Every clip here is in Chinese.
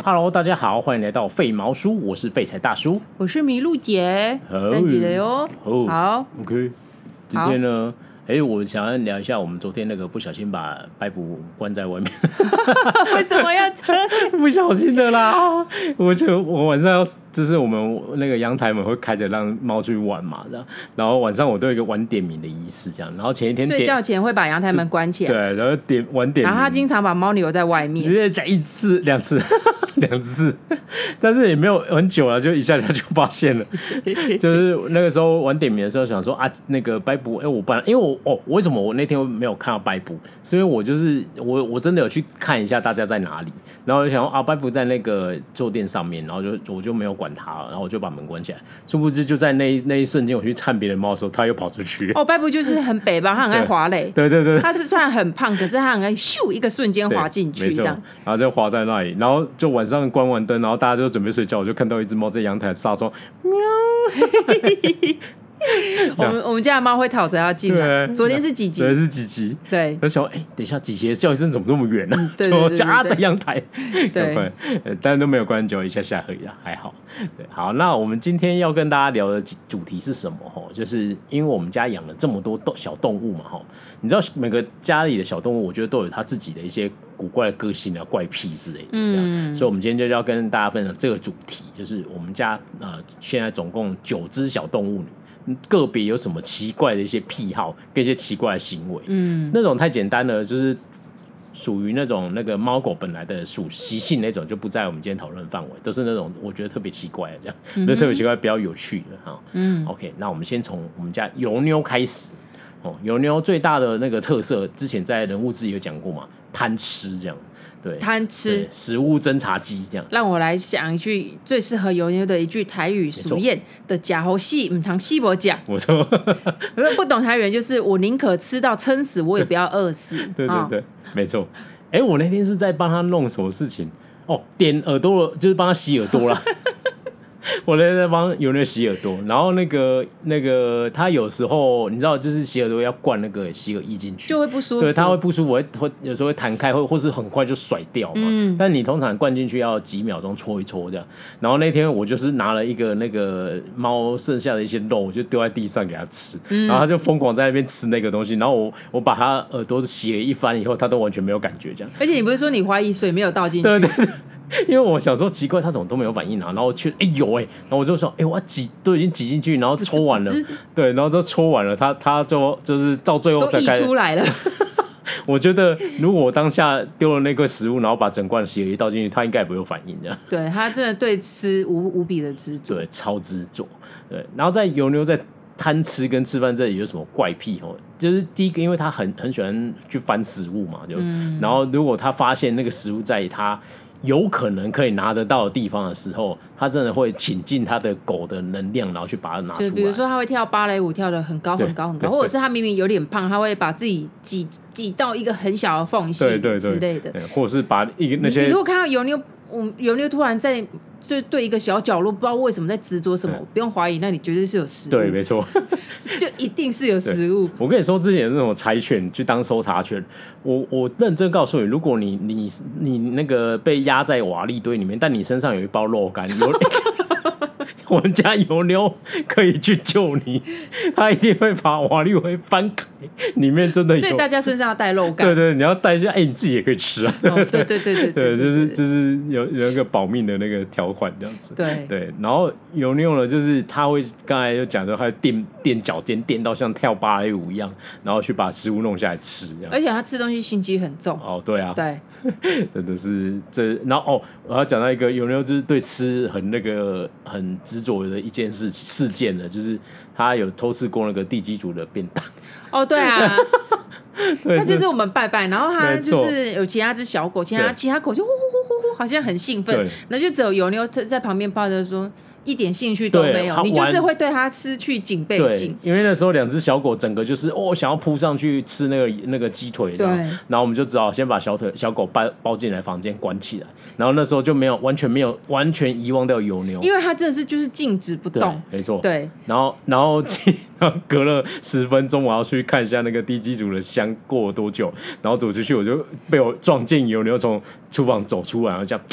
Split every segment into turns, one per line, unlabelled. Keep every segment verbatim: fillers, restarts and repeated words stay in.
Hello， 大家好，欢迎来到废毛叔，我是废柴大叔，
我是麋鹿姐，登记了哟。好
，OK， 今天呢，哎、欸，我想要聊一下我们昨天那个不小心把白捕关在外面，
为什么要这样？
不小心的啦，我就我晚上要，就是我们那个阳台门会开着让猫出去玩嘛，这样，然后晚上我都有一个晚点名的仪式，这样，然后前一天
睡觉前会把阳台门关起来，
对，然后点晚点名，
然后他经常把猫留在外面，
直接讲一次两次。两次，但是也没有很久了，就一下下就发现了。就是那个时候晚点名的时候，想说啊，那个白捕，哎、欸，我本来因为我哦，为什么我那天没有看到白捕？是因为我就是我我真的有去看一下大家在哪里，然后就想说啊，白捕在那个坐垫上面，然后就我就没有管他了，然后我就把门关起来。殊不知就在那那一瞬间，我去看别的猫的时候，他又跑出去了。
哦，白捕就是很北吧，他很爱滑垒。
对对 对, 对，
他是虽然很胖，可是他很爱咻一个瞬间滑進去這樣，
然後就滑在那裡，然後就晚上關完燈，然後大家就準備睡覺，我就看到一隻貓在陽台撒窗，喵。
我們我們家的貓會討着要進來，昨天是幾集？
昨天是幾集？對，我想，哎、欸，等一下，幾集的叫一聲怎麼那麼遠呢、啊？
對對對對對，
就啊，在陽台，
對，
但都沒有關久，一下下而已啦，還好。對，好，那我們今天要跟大家聊的主題是什麼？就是因為我們家養了這麼多小動物嘛，你知道每個家裡的小動物，我覺得都有它自己的一些古怪的個性啊、怪癖之類的，嗯，所以我們今天就要跟大家分享這個主題，就是我們家呃現在總共九隻小動物。個別有什麼奇怪的一些癖好跟一些奇怪的行為，嗯，那種太簡單了，就是屬於那種那個貓狗本來的屬習性那種，就不在我們今天討論範圍，都是那種我覺得特別奇怪的這樣，嗯、特別奇怪比較有趣的哈，嗯 ，OK， 那我們先從我們家油妞開始，哦，油妞最大的那個特色，之前在人物志有講過嘛，貪吃這樣。對，貪吃食物偵察機這樣，
讓我來想一句最適合油妞的一句台語俗諺的假猴戲唔通死無講。
我說，
如果不懂台語就是我寧可吃到撐死，我也不要餓死。
對對對，哦、沒錯。哎，我那天是在幫他弄什麼事情？哦，點耳朵，就是幫他洗耳朵啦。我那天在幫油妞洗耳朵，然後那個那個他有時候你知道，就是洗耳朵要灌那個洗耳液進去，
就會不舒服。
對，他會不舒服，會會有時候會彈開，或或是很快就甩掉嘛。嗯。但你通常灌進去要幾秒鐘搓一搓這樣。然後那天我就是拿了一個那個貓剩下的一些肉，我就丟在地上給他吃，嗯、然後他就瘋狂在那邊吃那個東西。然後我我把他耳朵洗了一番以後，他都完全沒有感覺這樣。
而且你不是說你懷疑水沒有倒進去？
對對對。因為我想說奇怪，他怎麼都沒有反應啊？然後去，哎、欸、有哎、欸，然後我就說，哎、欸，我擠都已經擠進去，然後搓完了，對，然後都搓完了，他他就就是到最後才開始
都溢出來了。
我覺得如果我當下丟了那個食物，然後把整罐洗耳液倒進去，他應該也不會有反應這樣。
對，他真的對吃無無比的執着，
對，超執着。對，然後在油妞在貪吃跟吃飯這裡有什麼怪癖哦？就是第一個，因為他很很喜歡去翻食物嘛，就、嗯、然後如果他發現那個食物在他有可能可以拿得到的地方的時候，他真的會傾盡他的狗的能量，然後去把它拿出來。就
比如說他會跳芭蕾舞，跳得很高很高很高，或者是他明明有點胖，他會把自己擠擠到一個很小的縫隙之類的，
或者是把一個那些。
你如果看到油妞，油妞突然在就對一個小角落，不知道為什麼在執着什麼，不用懷疑，那你絕對是有食物。
對，沒錯，
就一定是有食物。
我跟你說，之前那種柴犬去當搜查犬，我我認真告訴你，如果你你你那個被壓在瓦礫堆裡面，但你身上有一包肉乾，有。我們家油妞可以去救你，他一定會把瓦礫堆翻開，裡面真的有。
所以大家身上要帶肉乾。
對對，你要帶一下，哎、欸，你自己也可以吃啊。
哦、對對對對對，
對，就是就是有有一個保命的那個條款這樣子。
對
對，然後油妞呢，就是他會剛才就講說，他會墊墊腳尖，墊到像跳芭蕾舞一樣，然後去把食物弄下來吃這樣。
而且他吃東西心機很重。
哦，對啊。
對。
真的是這，然後哦，我要講到一個油妞就是對吃很那個很執着的一件事情事件呢，就是他有偷吃過那個地基主的便當。
哦，對啊，他就是我們拜拜，然後他就是有其他隻小狗，其他其他狗就呼呼呼呼呼，好像很興奮，然後就只有油妞在旁邊抱着說。一點興趣都沒有，你就是會對它失去警備性。
因為那時候兩隻小狗整個就是哦，想要撲上去吃那個那個雞腿，對，然後我們就只好先把小腿小狗抱抱進來房間關起來，然後那時候就沒有完全沒有完全遺忘掉油妞，
因為它真的是就是靜止不動，
沒錯，
對，
然後然後然後隔了十分鐘，我要去看一下那個地基組的香過了多久，然後走出去我就被我撞見油妞從廚房走出來，然後這樣。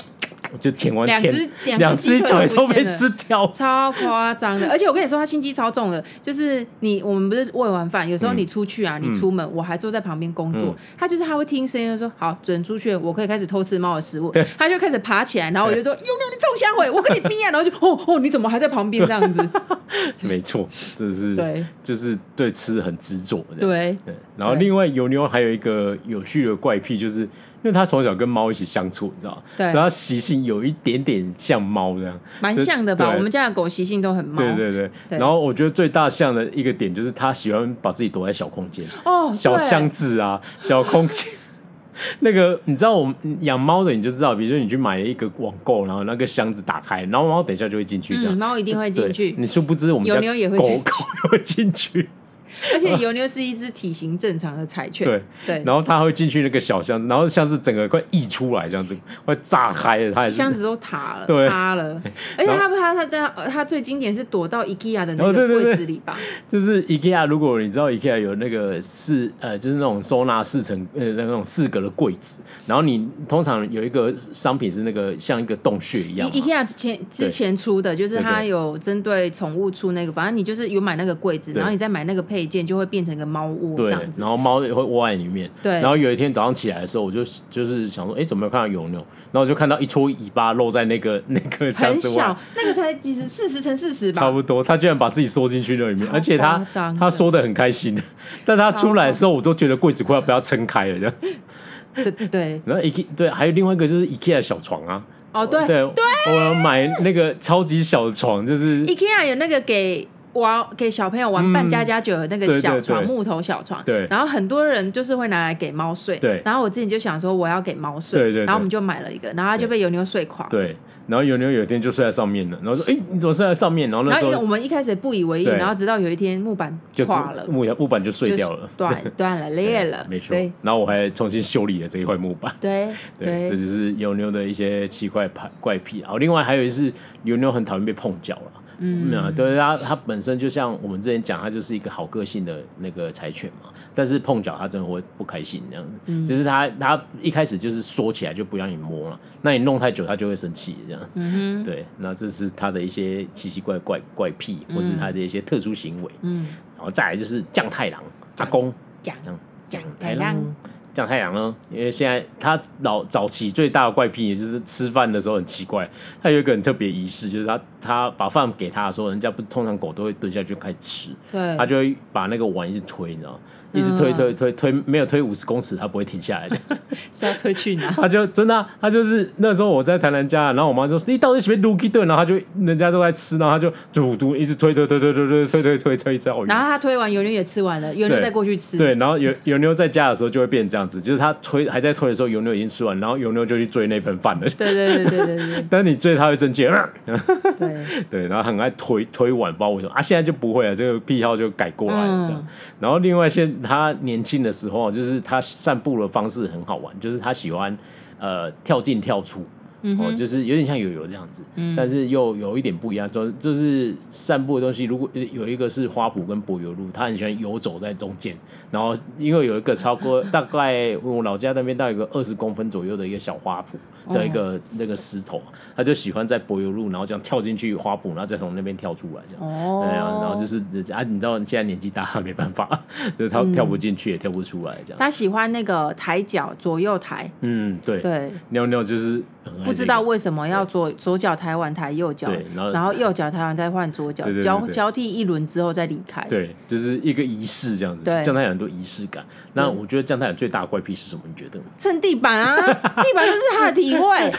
就舔完
两只
两只腿都被吃掉，
超夸张的。而且我跟你说，他心机超重的，就是你我们不是喂完饭，有时候你出去啊，嗯、你出门，我还坐在旁边工作，嗯、他就是他会听声音说好，准出去，我可以开始偷吃猫的食物，他就开始爬起来，然后我就说有没有你臭瞎鬼，我跟你逼啊，然后就哦哦，你怎么还在旁边这样子？
没错，这是对，就是对吃很执着的。
对，
对。然后另外油妞还有一个有趣的怪癖，就是因为他从小跟猫一起相处，你知道吗？对，所以他习性有一点点像猫这样，
蛮像的吧？我们家的狗习性都很猫。
对对 对, 对。然后我觉得最大像的一个点就是他喜欢把自己躲在小空间，哦，小箱子啊，小空间。那个你知道我们养猫的你就知道，比如说你去买了一个网购，然后那个箱子打开，然后猫等一下就会进去这样，
猫、嗯、一定会进去。
你殊不知我们家
油妞也会
狗狗也会进去。
而且油妞是一只体型正常的柴犬，
对对，然后它会进去那个小箱子，然后箱子整个快溢出来，这样子快炸开了，它
箱子都塌了，塌了。而且它它它它最经典是躲到 IKEA 的那个柜子里吧？
哦、对对对，就是 IKEA， 如果你知道 IKEA 有那个四呃，就是那种收纳四层呃那种四格的柜子，然后你通常有一个商品是那个像一个洞穴一样。
IKEA 之前之前出的就是它有针对宠物出那个，反正你就是有买那个柜子，然后你再买那个配。就会变成一个猫窝这样子，
然后猫也会窝在里面。
对，
然后有一天早上起来的时候，我就就是想说，哎，怎么没有看到油妞？然后我就看到一撮尾巴露在那个那个箱子外，
很小，那个才几十四十乘四十吧，
差不多。他居然把自己缩进去那里面，而且他他缩得很开心，但他出来的时候，我都觉得柜子快要不要撑开了这样。
对对，
然后 IKEA 对，还有另外一个就是 IKEA 的小床啊。
哦，对
对
对，
我买那个超级小的床，就是
IKEA 有那个给。玩给小朋友玩扮家家酒的那个小床，嗯、对对对木头小床，对，然后很多人就是会拿来给猫睡，对，然后我之前就想说我要给猫睡，对对对，然后我们就买了一个，然后它就被油妞睡垮了，
对，然后油妞有一天就睡在上面了，然后说，哎，你怎么睡在上面？然后那时候
然后我们一开始不以为意，然后直到有一天木板垮了，
木木板就碎掉了，
断断了裂了，
没错，然后我还重新修理了这一块木板，
对
对, 对，这就是油妞的一些奇怪怪癖。然后另外还有一是油妞很讨厌被碰脚了。嗯，对，他他本身就像我们之前讲，他就是一个好个性的那个柴犬嘛，但是碰脚他真的会不开心这样子，嗯、就是他他一开始就是缩起来就不让你摸了，那你弄太久他就会生气这样，嗯、对，那这是他的一些奇奇怪怪怪癖，或是他的一些特殊行为，嗯，然后再来就是酱太郎阿公
酱酱太郎。
酱太郎呢？因为现在他老早期最大的怪癖，也就是吃饭的时候很奇怪。他有一个很特别仪式，就是他他把饭给他的时候，人家不是通常狗都会蹲下去开始吃，对，他就会把那个碗一直推，你知道吗？一直推推推推，没有推五十公尺，他不会停下来的。
是要推去哪？
他就真的、啊，他就是那时候我在台南家，然后我妈说：“你到底是不是 Lucky 顿？”然后他就人家都在吃，然后他就嘟嘟一直推推推推推推推推推推推。
然后他推完，油妞也吃完了，油妞再过去吃。
对，然后油油妞在家的时候就会变成这样子，就是他推还在推的时候，油妞已经吃完，然后油妞就去追那盆饭了。
对对对对对对。
但是你追他会生气。
对
对，然后很爱推推碗，不知道为什么啊，现在就不会了，这个癖好就改过来了这样。嗯、然后另外现他年轻的时候，就是他散步的方式很好玩，就是他喜欢呃跳进跳出。嗯、哦，就是有点像友友这样子，嗯、但是又有一点不一样。就就是散步的东西，如果有一个是花圃跟柏油路，他很喜欢游走在中间。然后因为有一个超过大概我老家那边大概有个二十公分左右的一个小花圃的一个、哦、那个石头，他就喜欢在柏油路，然后这样跳进去花圃，然后再从那边跳出来这样。哦，对啊，然后就是啊，你知道现在年纪大，他没办法，就是他跳不进去也跳不出来这样。
他喜欢那个抬脚，左右抬。
嗯，对对，尿尿就是。
不知道为什么要左左脚抬完抬右脚，然后然后右脚抬完再换左脚，对对对对交交替一轮之后再离开。
对，就是一个仪式这样子。对，酱太阳很多仪式感。那我觉得酱太阳最大的怪癖是什么？你觉得？
蹭地板啊，地板就是他的体会。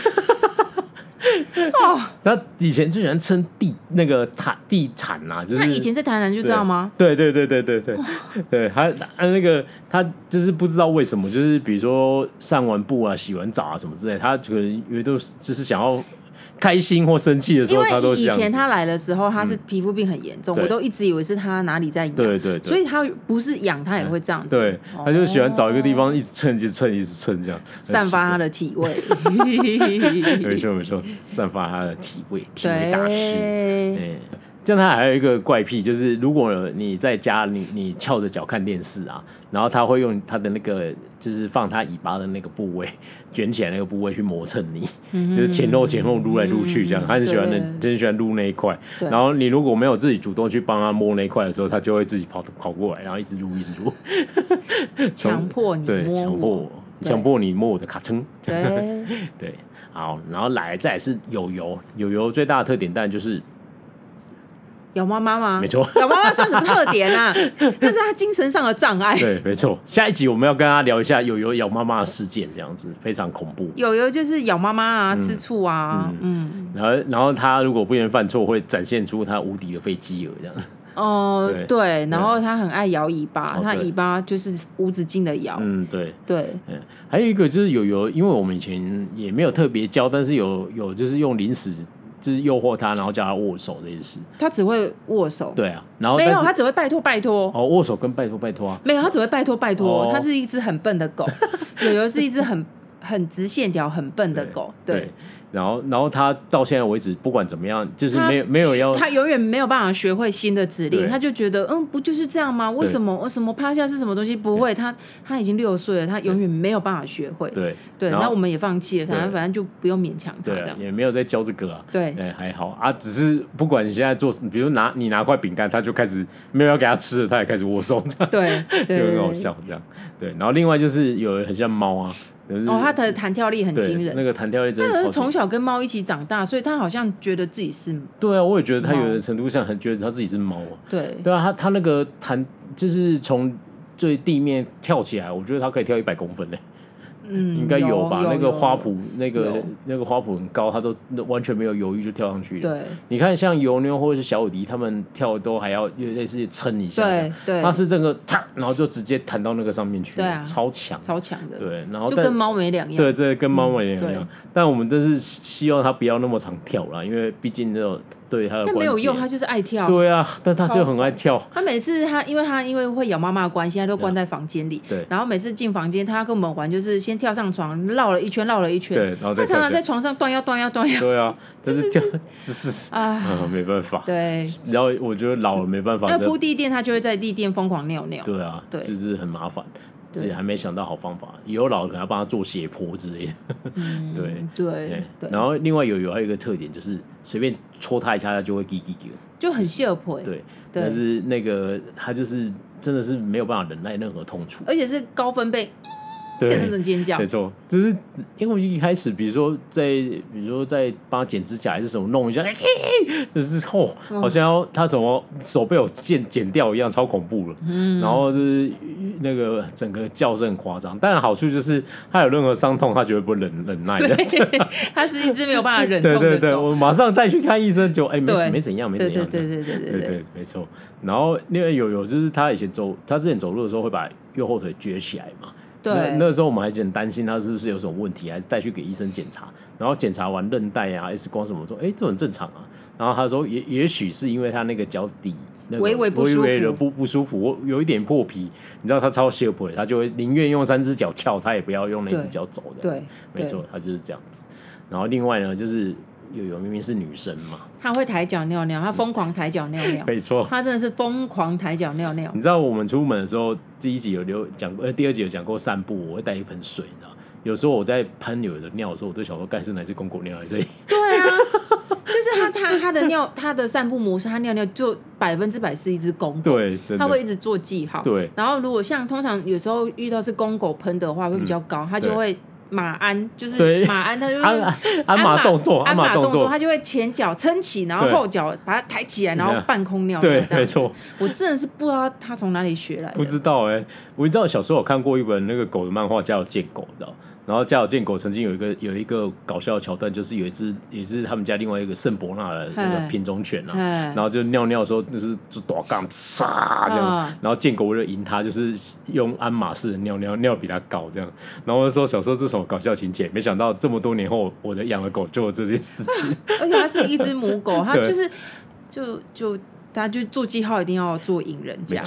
哦，他以前最喜欢撑地那个毯地毯啊，就是
他以前在台南就知道吗？
对对对对对对对，他他那个他就是不知道为什么，就是比如说上完步啊、洗完澡啊什么之类，他可能因为都就是想要。开心或生气的时候，他都
因为以前他来的时候，他是皮肤病很严重，嗯、我都一直以为是他哪里在痒，
对对对，
所以他不是痒，他也会这样子。
对，他就喜欢找一个地方一直蹭，一直蹭，一直蹭这样，
散发他的体味。
没错没错，散发他的体味，体味大师。 这样它还有一个怪癖，就是如果你在家你你翘着脚看电视啊，然后它会用它的那个就是放它尾巴的那个部位卷起来那个部位去磨蹭你，嗯、就是前后前后撸来撸去这样，它很喜欢的，很喜欢撸那一块。然后你如果没有自己主动去帮它摸那一块的时候，它就会自己跑跑过来，然后一直撸一直撸，
强迫你摸我，
对，强迫我，强迫你摸我的卡称。
对
对，好，然后来再来是友友，友友最大的特点当然就是
咬妈妈吗？
没错，
咬妈妈算什么特点啊？但是他精神上的障碍。
对，没错。下一集我们要跟他聊一下友友咬妈妈的事件，这样子非常恐怖。
友友就是咬妈妈啊，嗯、吃醋啊，嗯，
嗯然后然后他如果不小心犯错，会展现出他无敌的飞机耳这样。
哦、呃，对，然后他很爱摇尾巴，哦、他尾巴就是无止境的摇。
嗯，对
对。
嗯，还有一个就是友友，因为我们以前也没有特别教，但是有有就是用零食。就是诱惑他，然后叫他握手这件事。
他只会握手。
对啊，然后
没有，他只会拜托拜托。
哦，握手跟拜托拜托啊。
没有，他只会拜托拜托。哦、他是一只很笨的狗，友友是一只很很直线条、很笨的狗。对。对
然后，然后他到现在为止，不管怎么样，就是没有没有要，
他永远没有办法学会新的指令，他就觉得，嗯，不就是这样吗？为什么？为什么趴下是什么东西？不会，他他已经六岁了，他永远没有办法学会。
对
对，那我们也放弃了，反正反正就不用勉强他这样，
也没有在教这个啊。
对，
哎，还好啊，只是不管你现在做，比如拿你拿块饼干，他就开始没有要给他吃了，他也开始握手，
对，
就很好笑这样。对，然后另外就是有很像猫啊。
哦，他的弹跳力很惊人，
那个弹跳力真的。
他是从小跟猫一起长大，所以他好像觉得自己是。
对啊，我也觉得他有的程度上很觉得他自己是猫啊。
对。
对啊，他他那个弹就是从最地面跳起来，我觉得他可以跳一百公分嘞。嗯，应该有吧？有那个花圃，那个那个花圃很高，他都完全没有犹豫就跳上去。
对，
你看像油妞或者是小尾迪，他们跳都还要类似撑一下。
对对，
他是这个踏，然后就直接弹到那个上面去。
对啊，
超强，
超强的。
对，然后
就跟猫没两样。
对，这跟猫没两样。但我们都是希望他不要那么常跳啦，因为毕竟那种对他的。
但没有用，他就是爱跳。
对啊，但他就很爱跳。
他每次他因为他因为会咬妈妈的关系，他都关在房间里。
对。
然后每次进房间，他要跟我们玩，就是先跳上床。绕了一圈，绕了一圈，
对，然后再
他常常在床上断腰、断腰、断腰。
对啊，但是这只是啊、嗯，没办法。
对，
然后我觉得老了没办法。
要铺地垫，他就会在地垫疯狂尿尿。
对啊，对，就是很麻烦。自己还没想到好方法，以后老了可能要帮他做斜坡之类的。
嗯、对对对。
然后另外有有还有一个特点，就是随便戳他一下，他就会叽叽叽，
就很谢婆。
对，但是那个他就是真的是没有办法忍耐任何痛楚，
而且是高分贝。
对，
那种尖叫，
没错，就是因为我一开始，比如说在，比如说在帮他剪指甲还是什么弄一下，就是哦，好像要他什么手被我剪剪掉一样，超恐怖了。嗯，然后就是那个整个叫声很夸张，但好处就是他有任何伤痛，他绝对不会忍忍耐的。
他是一只没有办法忍痛的狗。
对对对，我马上带去看医生，就哎、欸、没没怎样，没怎样。
对对对对对对
对，没错。然后因为有有就是他以前走，他之前走路的时候会把右后腿撅起来嘛。
对，
那那时候我们还很担心他是不是有什么问题，还是带去给医生检查。然后检查完韧带啊、X 光什么，说哎、欸、这很正常啊。然后他说也也许是因为他那个脚底那个
微微不舒服，
微微的不不舒服，有一点破皮。你知道他超谢婆，他就会宁愿用三只脚翘，他也不要用那只脚走的。对，没错，他就是这样子。然后另外呢，就是有有明明是女生嘛，
她会抬脚尿尿，她疯狂抬脚尿尿，
没错，
她真的是疯狂抬脚尿尿。
你知道我们出门的时候，第一集有留讲过，呃，第二集有讲过散步，我会带一盆水，你知道，有时候我在喷有的尿的时候，我都想说，该是哪只公狗尿在这里？
对啊，就是他他他的尿，他的散步模式，他尿尿就百分之百是一只公狗，
对，
他会一直做记号，
对。
然后如果像通常有时候遇到是公狗喷的话，会比较高，他、嗯、就会。马鞍就是马鞍，他就会
鞍鞍马动作，
鞍马动
作，
他就会前脚撑起，然后后脚把它抬起来，然后半空尿尿。
对，没错。
我真的是不知道他从哪里学来的。
不知道哎、欸，我知道小时候有看过一本那个狗的漫画，叫《贱狗》，你知道？然后《家有贱狗》曾经有一个有一个搞笑的桥段，就是有一只也是他们家另外一个圣伯纳的那个品种犬啊，然后就尿尿的时候就是就大杠嚓这样，嗯、然后贱狗为了赢它，就是用鞍马式的尿尿，尿比它高这样。然后那时候小时候这什么搞笑情节，没想到这么多年后，我的养的狗做了这件事情，
而且它是一只母狗，它就是就就它就做记号一定要做赢人家，
没错。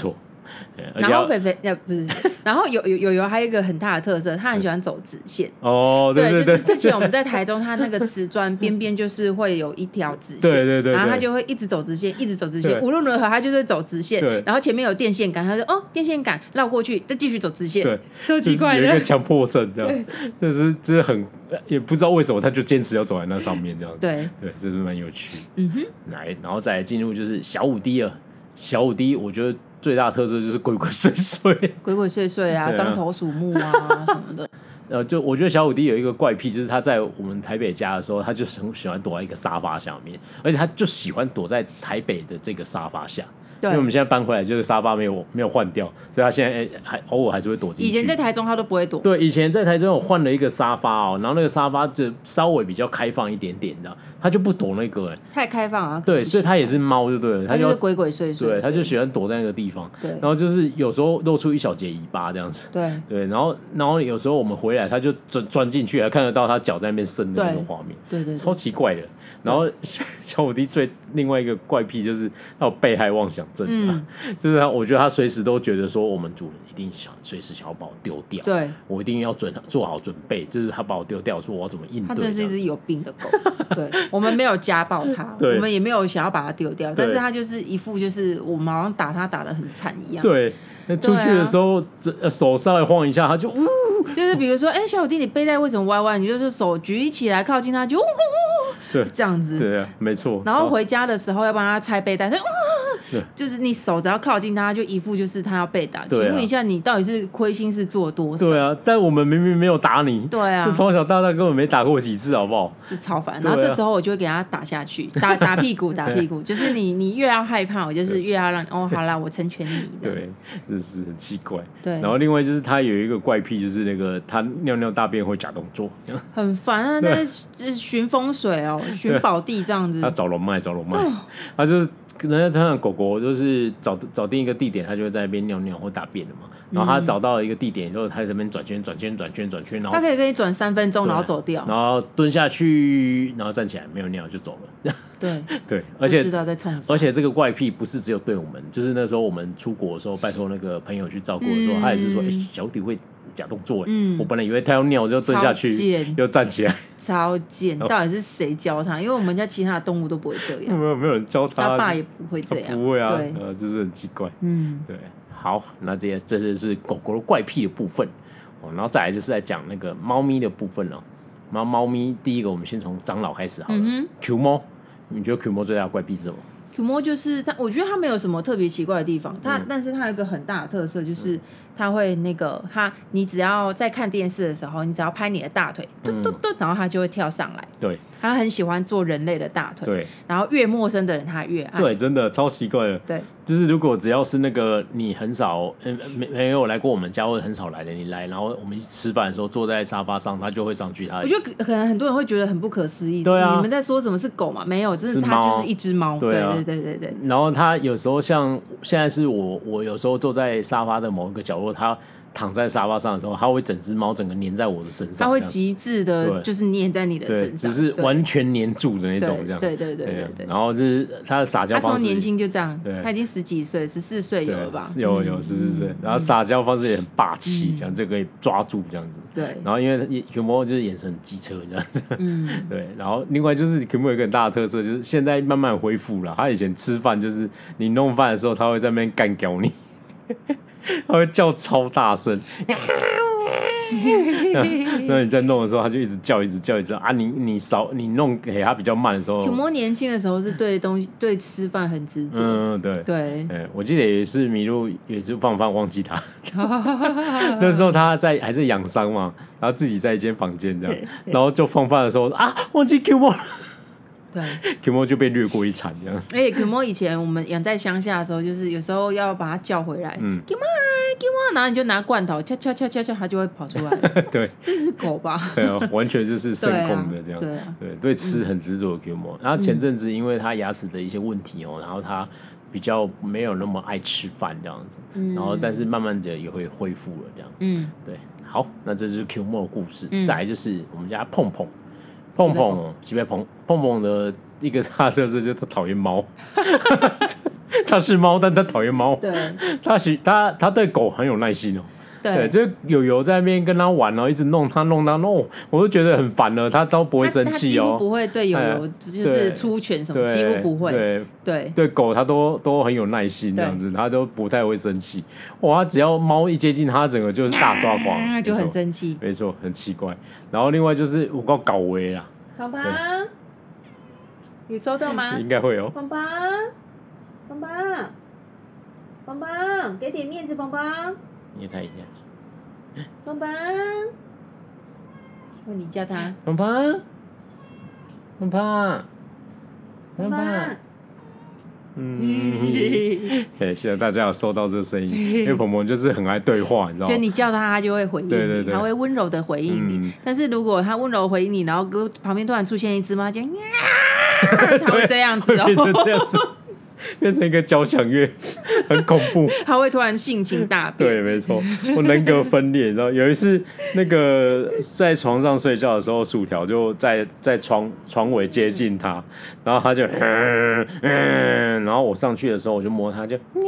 然后肥肥呃不是，然后有有有有还有一个很大的特色，他很喜欢走直线。
哦，对对
对，就是之前我们在台中，他那个瓷砖边边就是会有一条直线，
对对 对, 对，
然后他就会一直走直线，一直走直线，无论如何他就是走直线。然后前面有电线杆，他说哦电线杆绕过去，再继续走直线。
对，
超奇怪的，
就是有一个强迫症这样，就是这很也不知道为什么他就坚持要走在那上面这样子。
对
对，这是蛮有趣。
嗯哼，
来，然后再来进入就是小五 D 了。小五 D 我觉得最大的特色就是鬼鬼祟祟，
鬼鬼祟祟啊，獐头鼠目啊什么的。
呃，就我觉得小五 D 有一个怪癖，就是他在我们台北家的时候，他就很喜欢躲在一个沙发下面，而且他就喜欢躲在台北的这个沙发下。因为我们现在搬回来，这个沙发没有没有换掉，所以他现在还偶尔还是会躲进去。
以前在台中他都不会躲。
对，以前在台中我换了一个沙发哦，然后那个沙发就稍微比较开放一点点的，他就不躲那个、欸，
太开放啊。
对，所以他也是猫，就对了，
他就是鬼鬼祟祟，
对，他就喜欢躲在那个地方。
对，
然后就是有时候露出一小截尾巴这样子。
对
对，然后然后有时候我们回来，他就钻钻进去，还看得到他脚在那边伸的那个画面，
对 对, 对, 对，
超奇怪的。然后小五 D 最另外一个怪癖就是他有被害妄想症、啊，嗯、就是他，我觉得他随时都觉得说我们主人一定想随时想要把我丢掉，
对，
我一定要准做好准备，就是他把我丢掉，说我要怎么应对。
他真的是一只有病的狗，对，我们没有家暴他，我们也没有想要把它丢掉，但是他就是一副就是我们好像打他打得很惨一样，
对。那出去的时候，啊、手稍微晃一下，他就呜，
就是比如说，哎、欸，小五弟，你背带为什么歪歪？你就是手举起来靠近他，就呜呜呜，对，这样子，
对啊，没错。
然后回家的时候要帮他拆背带，他呜，就是你手只要靠近他，就一副就是他要被打。请问一下，你到底是亏心事做多少？
对啊，但我们明明没有打你，
对啊，
从小到大根本没打过几次，好不好？
是超烦。然后这时候我就会给他打下去，打打屁股，打屁股，就是你你越要害怕，我就是越要让哦，好啦，我成全你的。
对，真是很奇怪。
对，
然后另外就是他有一个怪癖，就是那个他尿尿大便会假动作，
很烦啊！那是寻风水哦，寻宝地这样子。
他找龙脉，找龙脉，他就是。人家通常狗狗就是找找定一个地点，它就会在那边尿尿或大便了嘛。然后它找到一个地点以后，它在那边转圈转圈转圈转圈，然后
它可以跟你转三分钟，然后走掉，
然后蹲下去，然后站起来没有尿就走了。
对
对，而且
不知道在冲什么。
而且这个怪癖不是只有对我们，就是那时候我们出国的时候，拜托那个朋友去照顾的时候，嗯、他也是说，哎、欸，小弟会假动作、欸，嗯，我本来以为他要尿就蹲下去，又站起来，
超贱！到底是谁教他？因为我们家其他的动物都不会这样，
没有没有人教他，
他爸也不会这样，
不会啊，
对，
呃，就是很奇怪，
嗯，
对。好，那这些这就是狗狗的怪癖的部分哦，然后再来就是在讲那个猫咪的部分了。然后猫咪第一个，我们先从长老开始好了。嗯、Q 猫，你觉得 Q 猫最大的怪癖是什么
？Q 猫就是它，我觉得它没有什么特别奇怪的地方，它、嗯、但是它有一个很大的特色就是它会那个它，你只要在看电视的时候，你只要拍你的大腿，嘟嘟嘟，然后它就会跳上来。
对，
它很喜欢做人类的大腿。
对，
然后越陌生的人它越爱。
对，真的超奇怪的。
对，
就是如果只要是那个你很少嗯没没有来过我们家或者很少来的，你来，然后我们一起吃饭的时候坐在沙发上，它就会上去。它
我觉得可能很多人会觉得很不可思议。
对啊，
你们在说什么是狗嘛？没有，就是它就是一只猫。
对啊，
对对对对对。
然后它有时候像现在是我我有时候坐在沙发的某一个角落，它躺在沙发上的时候，它会整只猫整个粘在我的身上，
它会极致的，就是粘在你的身上，
只是完全粘住的那种，这样。
对对对对 对, 对。
然后就是它的撒娇方式，
它从年轻就这样，它已经十几岁，十四岁有了吧？
有有十四岁，然后撒娇方式也很霸气，这样就可以抓住这样子。
对。
然后因为 Q 猫就是眼神很机车这样子，嗯，对。然后另外就是 Q 猫有一个很大的特色，就是现在慢慢恢复了。它以前吃饭就是你弄饭的时候，它会在那边干掉你。他会叫超大声，那你在弄的时候，他就一直叫，一直叫，一直叫啊！你你少你弄给他比较慢的时候，
Q 猫年轻的时候是对东西对吃饭很执着，
嗯，对
对，
欸、我记得也是麋鹿，也是放放忘记他，那时候他在还在养伤嘛，然后自己在一间房间这样，然后就放饭的时候啊，忘记 Q 猫。
对
，Q 猫就被掠过一场这样。
而且 Q 猫以前我们养在乡下的时候，就是有时候要把它叫回来，嗯 ，Q 猫 Q 猫，然后你就拿罐头敲敲敲敲敲，它就会跑出来。
对，
这是狗吧？
对啊，完全就是声控的这样。
对啊，
对对，吃很执着的 Q 猫。然后前阵子因为它牙齿的一些问题哦，然后它比较没有那么爱吃饭这样子，嗯、然后但是慢慢的也会恢复了这样。嗯，对，好，那这就是 Q 猫的故事。嗯、再来就是我们家碰碰。碰碰，吉贝碰碰碰的一个大特色就是他讨厌猫， 他是猫，但他讨厌猫。
对，
他喜他他对狗很有耐心哦。
对，
就友友在那边跟他玩，然后一直弄他弄他弄，我都觉得很烦了，他都不会生气哦。他
几乎不会对友友就是出拳什么，几乎不会。
对
对
对，狗他都都很有耐心这样子，他都不太会生气。哇，他只要猫一接近他，整个就是大抓狂，
啊、就很生气。
没错，很奇怪。然后另外就是我搞搞威啦，
棒棒，有收到吗？
应该会哦。
棒棒，棒棒，棒棒，给点面子，棒棒。
捏他一下，
棒棒，哦，你叫他，
棒棒，棒棒，棒棒，嗯，希望大家有收到这个声音，因为鹏鹏就是很爱对话，你知道吗？
就你叫他，他就会回应你，
对对对，
他会温柔的回应你。嗯、但是如果他温柔回应你，然后旁边突然出现一只猫，就他会这样子哦，
变成这样子。变成一个交响乐，很恐怖。
他会突然性情大变。
对，没错，我人格分裂。然后有一次，那个在床上睡觉的时候，薯条就在在床床尾接近他，然后他就嗯嗯，然后我上去的时候，我就摸他，就喵。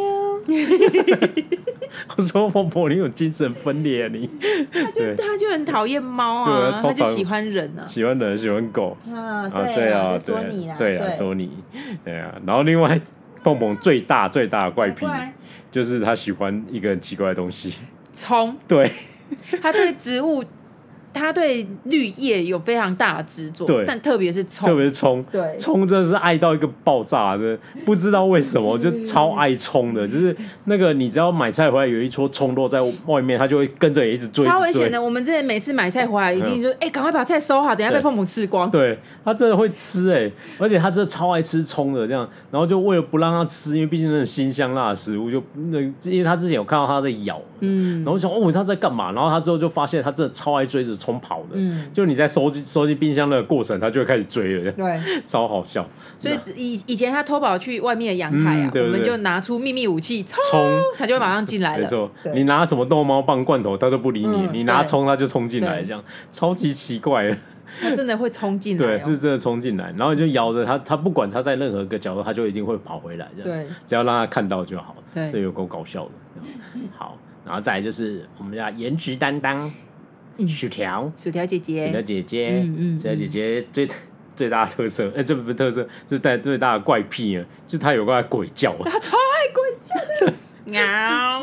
我说婆婆，你有精神分裂啊你。
他就他就很讨厌猫啊，他就喜欢人啊，
喜欢人，喜欢狗
啊，对啊，在说你啦，
对啊，说你，对啊。然后另外，蹦蹦最大最大的怪癖就是他喜欢一个很奇怪的东西，
葱。
对，
他对植物。他对绿叶有非常大的执着，但特别是葱，
特别是葱，
对，
葱真的是爱到一个爆炸的，不知道为什么就超爱葱的，就是那个你只要买菜回来有一撮葱落在外面，他就会跟着也一直追，
超危险的。我们之前每次买菜回来，一定就哎，赶、嗯欸、快把菜收好，等一下被碰碰吃光。
对，他真的会吃哎、欸，而且他真的超爱吃葱的，这样，然后就为了不让他吃，因为毕竟那是辛香辣的食物，就那因为他之前有看到他在咬，嗯，然后我想哦他在干嘛，然后他之后就发现他真的超爱追着葱跑的，嗯，就你在收收进冰箱的过程，他就会开始追了，
对，
超好笑。
所以以以前他偷跑去外面的阳台啊、嗯，我们就拿出秘密武器葱，他就会马上进来了。
没错，你拿什么逗猫棒、罐头，他都不理你；嗯、你拿葱，他就冲进来，这样超级奇怪的。
他真的会冲进来、哦，
对，是真的冲进来，然后你就摇着他，他不管他在任何一个角落，他就一定会跑回来，这样，对，只要让他看到就好。对，这有够搞笑的。好，然后再来就是我们家颜值担当。薯条，
薯条姐姐，
薯条姐姐，嗯嗯，薯条姐姐最最大的特色，哎、欸，这不是特色，就是带最大的怪癖啊，就是她有个鬼叫，
她超爱鬼叫的，喵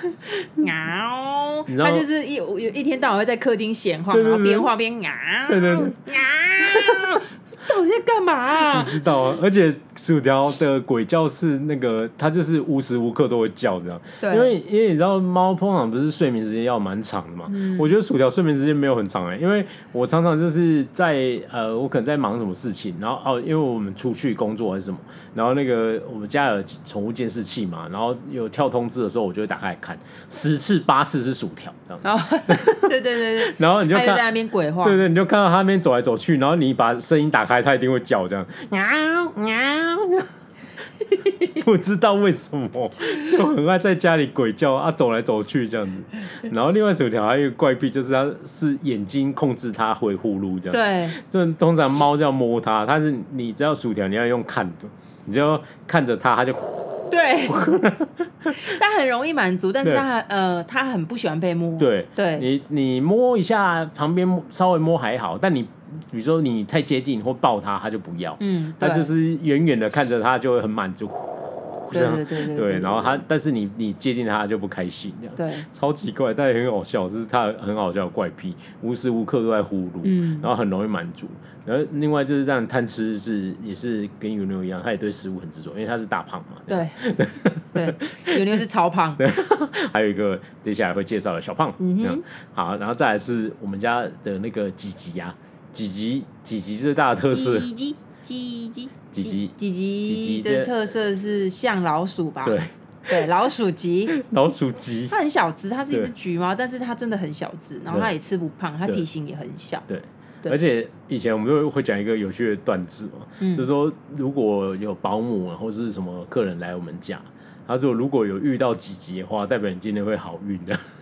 喵，她就是一一天到晚会在客厅闲晃，然后边晃边喵，
对对对，
喵。到底在干嘛、啊？
你知道啊，而且薯条的鬼叫是那个，它就是无时无刻都会叫这样。对，因为因为你知道猫通常不是睡眠时间要蛮长的嘛、嗯，我觉得薯条睡眠时间没有很长哎、欸，因为我常常就是在呃，我可能在忙什么事情，然后哦，因为我们出去工作还是什么，然后那个我们家有宠物监视器嘛，然后有跳通知的时候，我就会打开来看，十次八次是薯条这样。
哦，对对对对，
然后你就看
他就在那边鬼晃，
对对，你就看到他那边走来走去，然后你把声音打开。他一定会叫这样，喵喵，不知道为什么就很爱在家里鬼叫啊，走来走去这样子。然后另外薯条还有一个怪癖，就是他是眼睛控制他回呼噜这样。
对，
就通常猫就要摸它，但是你知道薯条你要用看的，你就要看着它，它就呼。
对，它很容易满足，但是它呃，它很不喜欢被摸。
对，
对，
你你摸一下旁边稍微摸还好，但你。比如说你太接近或抱它，它就不要，嗯，它就是远远的看着它就会很满足，
对对对 对,
对，然后它，但是你你接近它就不开心，这样，对，超奇怪，但也很好笑，这是它很好笑的怪癖，无时无刻都在呼噜，嗯，然后很容易满足，然后另外就是让贪吃是也是跟牛牛一样，它也对食物很执着，因为它是大胖嘛，
对，对，牛牛是超胖，
对，还有一个接下来会介绍的小胖，嗯哼，好，然后再来是我们家的那个吉吉啊。几集几集最大的特色？
几集几集
几集
几集的特色是像老鼠吧？
对
对，老鼠吉，
老鼠吉，
它很小只，它是一只橘猫，但是它真的很小只，然后它也吃不胖，它体型也很小。
对，对而且以前我们都会讲一个有趣的段子嘛，嗯、就是说如果有保姆啊或是什么客人来我们家。他说：“如果有遇到几集的话，代表你今天会好运的。”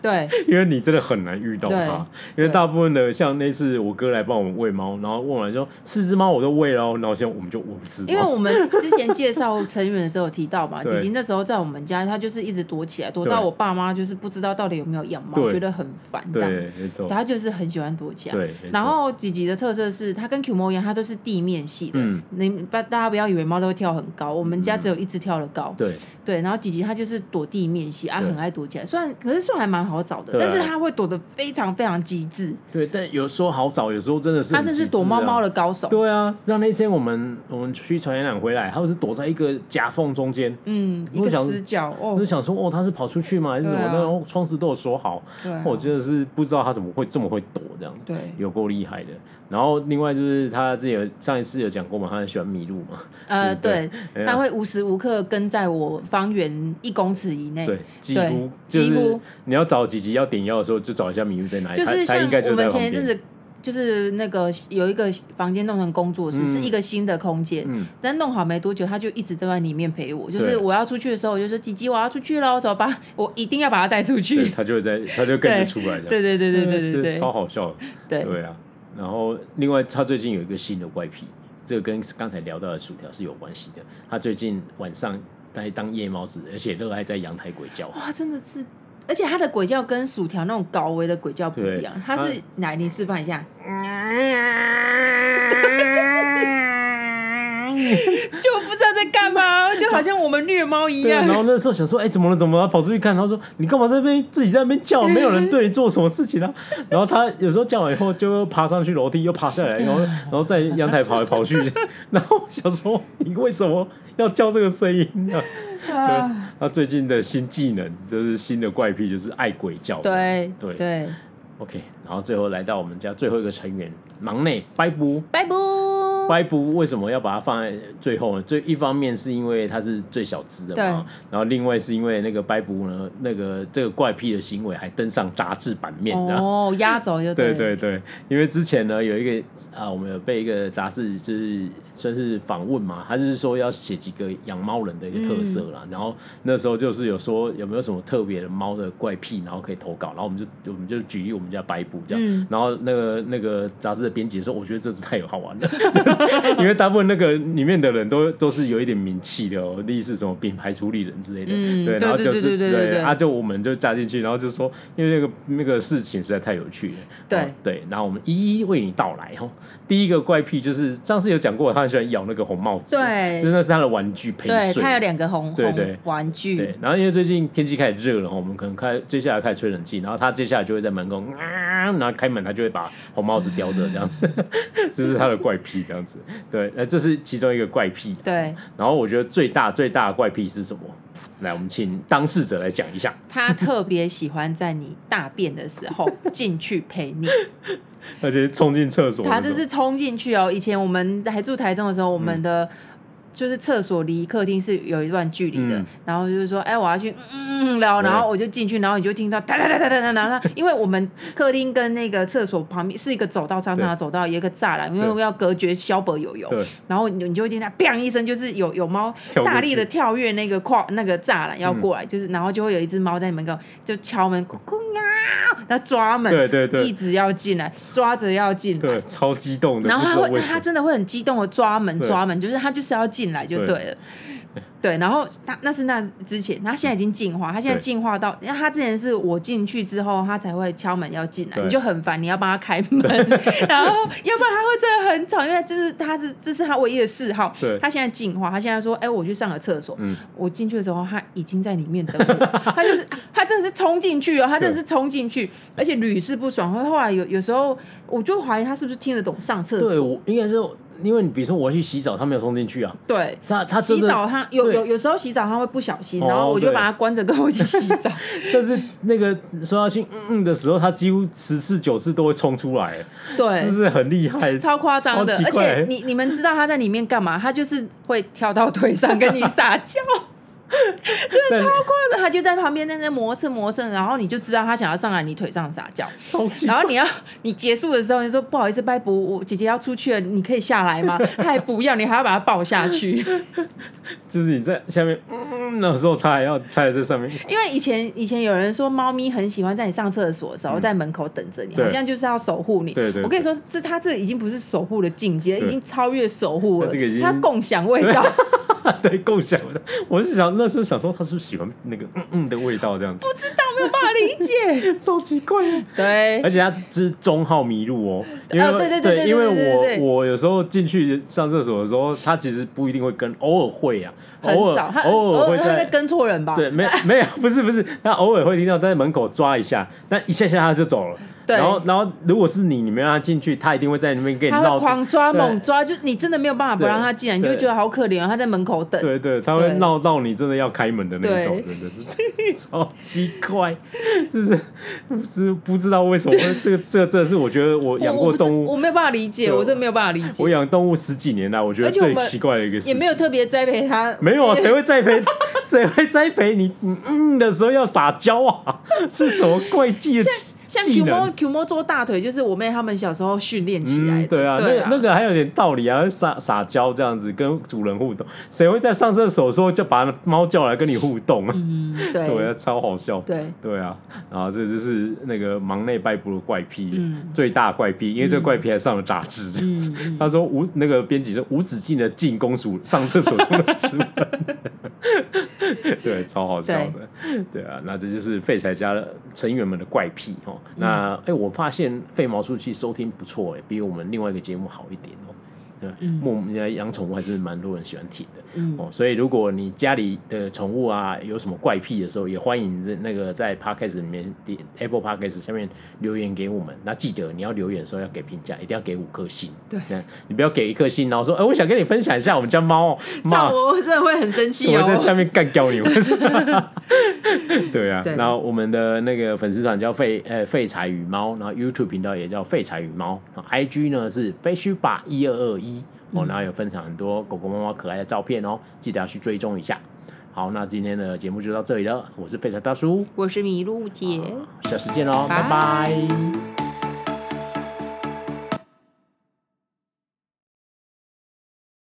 对，
因为你真的很难遇到它，因为大部分的像那次我哥来帮我们喂猫，然后问完说四只猫我都喂了，然后现在我们就五只猫。
因为我们之前介绍成员的时候有提到嘛，姐姐那时候在我们家，她就是一直躲起来，躲到我爸妈就是不知道到底有没有养猫，觉得很烦这样。
对，没错。
她就是很喜欢躲起来。
对，
然后吉吉的特色是，它跟 Q 猫一样，它都是地面系的。嗯，你大家不要以为猫都会跳很高，我们家只有一只跳得高。
对
对，然后吉吉它就是躲地面系啊，很爱躲起来，虽然可是算还蛮好找的，但是它会躲得非常非常机智。
对，但有时候好找，有时候真的是、啊、
它真是躲猫猫的高手。
对啊，像那天我们我们去传染回来，它是躲在一个夹缝中间，
嗯，一个死角哦，
我就想说哦，它是跑出去吗？还是什么？然后、啊、窗子都有锁好，对、啊，我真的是不知道它怎么会这么会躲这样，
对，
有够厉害的。然后另外就是他之前有上一次有讲过嘛，他很喜欢迷路嘛，
呃，对，对他会无时无刻跟在我方圆一公尺以内，
对，几乎几乎你要找几集要点药的时候，就找一下迷路在哪里，
就是像我们前一阵子。就是那个有一个房间弄成工作室、嗯，是一个新的空间、嗯，但弄好没多久，他就一直都在里面陪我。就是我要出去的时候，我就说：“吉吉，我要出去了，走吧，我一定要把他带出去。”
他就会在，他就跟着出来，
对对对对对对对，
超好笑的，对对啊。然后另外，他最近有一个新的怪癖，这个跟刚才聊到的薯条是有关系的。他最近晚上在当夜猫子，而且热爱在阳台鬼叫。
哇，真的是！而且他的鬼叫跟薯条那种高危的鬼叫不一样，他是来你示范一下，就不知道在干嘛，就好像我们虐猫一样。
然后那时候想说，哎、欸，怎么了？怎么了？跑出去看，他说你干嘛在那边自己在那边叫？没有人对你做什么事情啊？然后他有时候叫完以后，就爬上去楼梯，又爬下来，然后然后在阳台跑来跑去。然后想说，你为什么要叫这个声音呢、啊？他最近的新技能就是新的怪癖，就是爱鬼叫。
对
对
对
，OK。然后最后来到我们家最后一个成员忙内拜布
拜布
拜布，为什么要把它放在最后呢？最一方面是因为它是最小只的嘛，然后另外是因为那个拜布呢，那个这个怪癖的行为还登上杂志版面
哦，压轴就对
对对对，因为之前呢有一个啊，我们有被一个杂志就是算是访问嘛，他就是说要写几个养猫人的一个特色啦、嗯，然后那时候就是有说有没有什么特别的猫的怪癖，然后可以投稿，然后我们就我们就举例我们家拜布这样、嗯，然后那个那个杂志的编辑说，我觉得这次太有好玩了，因为大部分那个里面的人都都是有一点名气的哦，例如是什么品牌处理人之类的，嗯、对，然后就
对对对对对，
啊就我们就加进去，然后就说因为那个那个事情实在太有趣了，
对、
哦、对，然后我们一一为你道来哈。第一个怪癖就是上次有讲过，他很喜欢咬那个红帽子，
对，
真的是他的玩具陪睡。
对，他有两个红
对对
红玩具。
对，然后因为最近天气开始热了，我们可能开接下来开始吹冷气，然后他接下来就会在门口啊，然后开门他就会把红帽子叼着这样子，这是他的怪癖这样子。对，那这是其中一个怪癖。
对，
然后我觉得最大最大的怪癖是什么？来，我们请当事者来讲一下。
他特别喜欢在你大便的时候进去陪你。
而且冲进厕所，
他这是冲进去哦。以前我们还住台中的时候，我们的、嗯、就是厕所离客厅是有一段距离的、嗯，然后就是说，哎，我要去，嗯，然后然后我就进去，然后你就听到哒哒哒哒哒哒哒，因为我们客厅跟那个厕所旁边是一个走道，长长的走道，有一个栅栏，因为要隔绝消薄油油，然后你就会听到砰一声，就是有有猫大力的跳跃那个跨那个栅栏要过来，嗯、就是然后就会有一只猫在门口就敲门，咕咕呀。然后抓门，
对对对，
一直要进来，抓着要进来，
对，超激动的。
然后他会，他真的会很激动的抓门，抓门，就是他就是要进来就对了。对，然后他那是那之前，他现在已经进化，他现在进化到，因为他之前是我进去之后，他才会敲门要进来，你就很烦，你要帮他开门，然后要不然他会真的很吵，因为就是他是这是他唯一的嗜好。他现在进化，他现在说，哎，我去上个厕所，嗯、我进去的时候他已经在里面等我，他就是他真的是冲进去哦，他真的是冲进去，而且屡试不爽。后来有有时候我就怀疑他是不是听得懂上厕所，
对，我应该是。因为你比如说我要去洗澡，他没有冲进去啊。
对，
他他
洗澡他有有有时候洗澡他会不小心，然后我就把他关着跟我一起洗澡。
但是那个说要去嗯嗯的时候，他几乎十次九次都会冲出来，
对，
就是很厉害，
超夸张的。而且你你们知道他在里面干嘛？他就是会跳到腿上跟你撒娇。 真的超夸张。他就在旁边在那磨蹭磨蹭，然后你就知道他想要上来你腿上撒娇，然后你要你结束的时候，你说不好意思，拜伯，我姐姐要出去了，你可以下来吗？他还不要，你还要把他抱下去。
就是你在下面，嗯，那时候他还要他在这上面。
因为以前以前有人说，猫咪很喜欢在你上厕所的时候，嗯、在门口等着你，好像就是要守护你。
对 对, 对。
我跟你说，这他这已经不是守护的境界，已经超越守护了。
这个已经
他共享味道。
对，共享味道。我是想那时候想说，他是不是喜欢那个嗯嗯的味道这样子？
不知道，没有办法理解，
超奇怪。
对，
而且他是中号迷路哦，因为、
哦、对对对 对, 对, 对, 对, 对, 对，
因为我我有时候进去上厕所的时候，他其实不一定会跟，偶尔会啊，
很少，
偶尔会在,
在跟错人吧？
对，没没有，不是不是，他偶尔会听到在门口抓一下，但一下下他就走了。然后，然后，如果是你，你没让他进去，他一定会在那边跟你闹。
他会狂抓猛抓，就你真的没有办法不让他进来，你就会觉得好可怜哦，他在门口等。
对对，他会闹到你真的要开门的那种，真的是超奇怪，就是不是不知道为什么这个这个真的是我觉得我养过动物，
我, 我没有办法理解，我真的没有办法理解。
我养动物十几年来，我觉得最奇怪的一个事情，
也没有特别栽培它。
没有啊，谁会栽培？谁会栽培你？嗯的时候要撒娇啊，是什么怪技的？
像 Q 猫 Q 猫做大腿，就是我妹他们小时候训练起来的、
嗯。对啊，对啊，那那个还有点道理啊，撒撒娇这样子跟主人互动，谁会在上厕所的时候就把猫叫来跟你互动啊？
嗯，对，
对啊，超好笑。
对
对啊，然后这就是那个忙内拜布的怪癖，
嗯、最
大怪癖，因为这个怪癖还上了杂志。嗯嗯、他说无那个编辑说无止境的进公署上厕所中的指纹。对，超好笑的。对, 对啊，那这就是废柴家的成员们的怪癖哦。嗯、那哎，我发现废毛出气收听不错哎，比我们另外一个节目好一点哦。嗯，我们养宠物还是蛮多人喜欢听的，嗯哦，所以如果你家里的宠物啊有什么怪癖的时候，也欢迎那个在 Podcast 里面 Apple Podcast 下面留言给我们。那记得你要留言的时候要给评价，一定要给五颗星。
对，
你不要给一颗星，然后说，哎，我想跟你分享一下我们家猫，
这样我真的会很生气哦。
我在下面干掉你。对啊，对，然后我们的那个粉丝团叫废呃废柴与猫，然后 YouTube 频道也叫废柴与猫，然后 I G 呢是废墟吧一二二一。哦，然后有分享很多狗狗猫猫可爱的照片哦，记得要去追踪一下。好，那今天的节目就到这里了，我是废柴大叔，
我是麋鹿姐，
下次见喽，拜拜。